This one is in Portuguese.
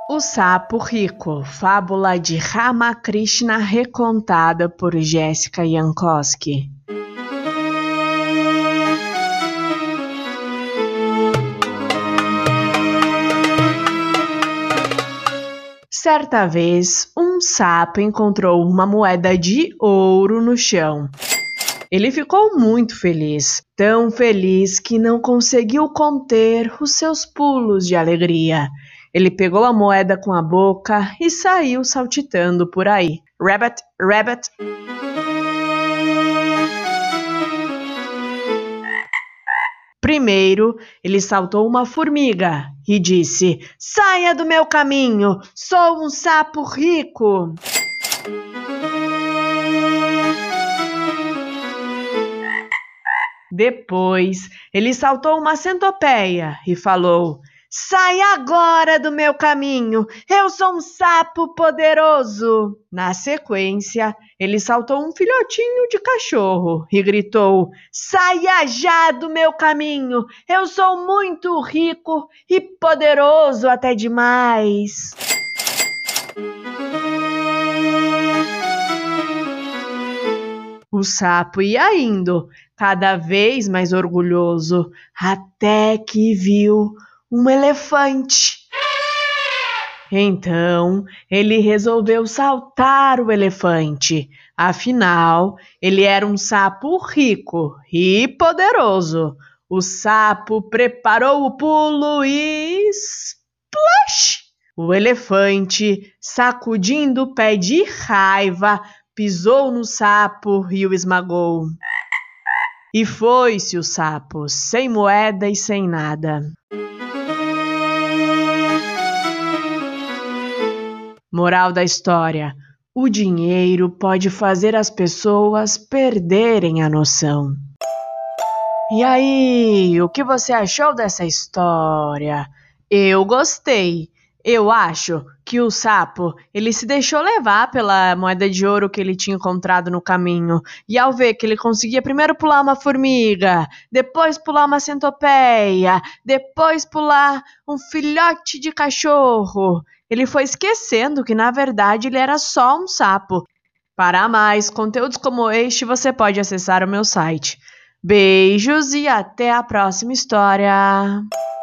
O Sapo Rico, fábula de Ramakrishna recontada por Jéssica Jankowski. Certa vez, um sapo encontrou uma moeda de ouro no chão. Ele ficou muito feliz, tão feliz que não conseguiu conter os seus pulos de alegria. Ele pegou a moeda com a boca e saiu saltitando por aí. Rabbit, rabbit. Primeiro, ele saltou uma formiga e disse: "Saia do meu caminho, sou um sapo rico." Depois, ele saltou uma centopeia e falou: "Sai agora do meu caminho, eu sou um sapo poderoso." Na sequência, ele saltou um filhotinho de cachorro e gritou: "Saia já do meu caminho, eu sou muito rico e poderoso até demais." O sapo ia indo, cada vez mais orgulhoso, até que viu um elefante. Então, ele resolveu saltar o elefante. Afinal, ele era um sapo rico e poderoso. O sapo preparou o pulo e... splash! O elefante, sacudindo o pé de raiva, pisou no sapo e o esmagou. E foi-se o sapo, sem moeda e sem nada. Moral da história: o dinheiro pode fazer as pessoas perderem a noção. E aí, o que você achou dessa história? Eu gostei. Eu acho que o sapo, ele se deixou levar pela moeda de ouro que ele tinha encontrado no caminho. E ao ver que ele conseguia primeiro pular uma formiga, depois pular uma centopeia, depois pular um filhote de cachorro, ele foi esquecendo que, na verdade, ele era só um sapo. Para mais conteúdos como este, você pode acessar o meu site. Beijos e até a próxima história!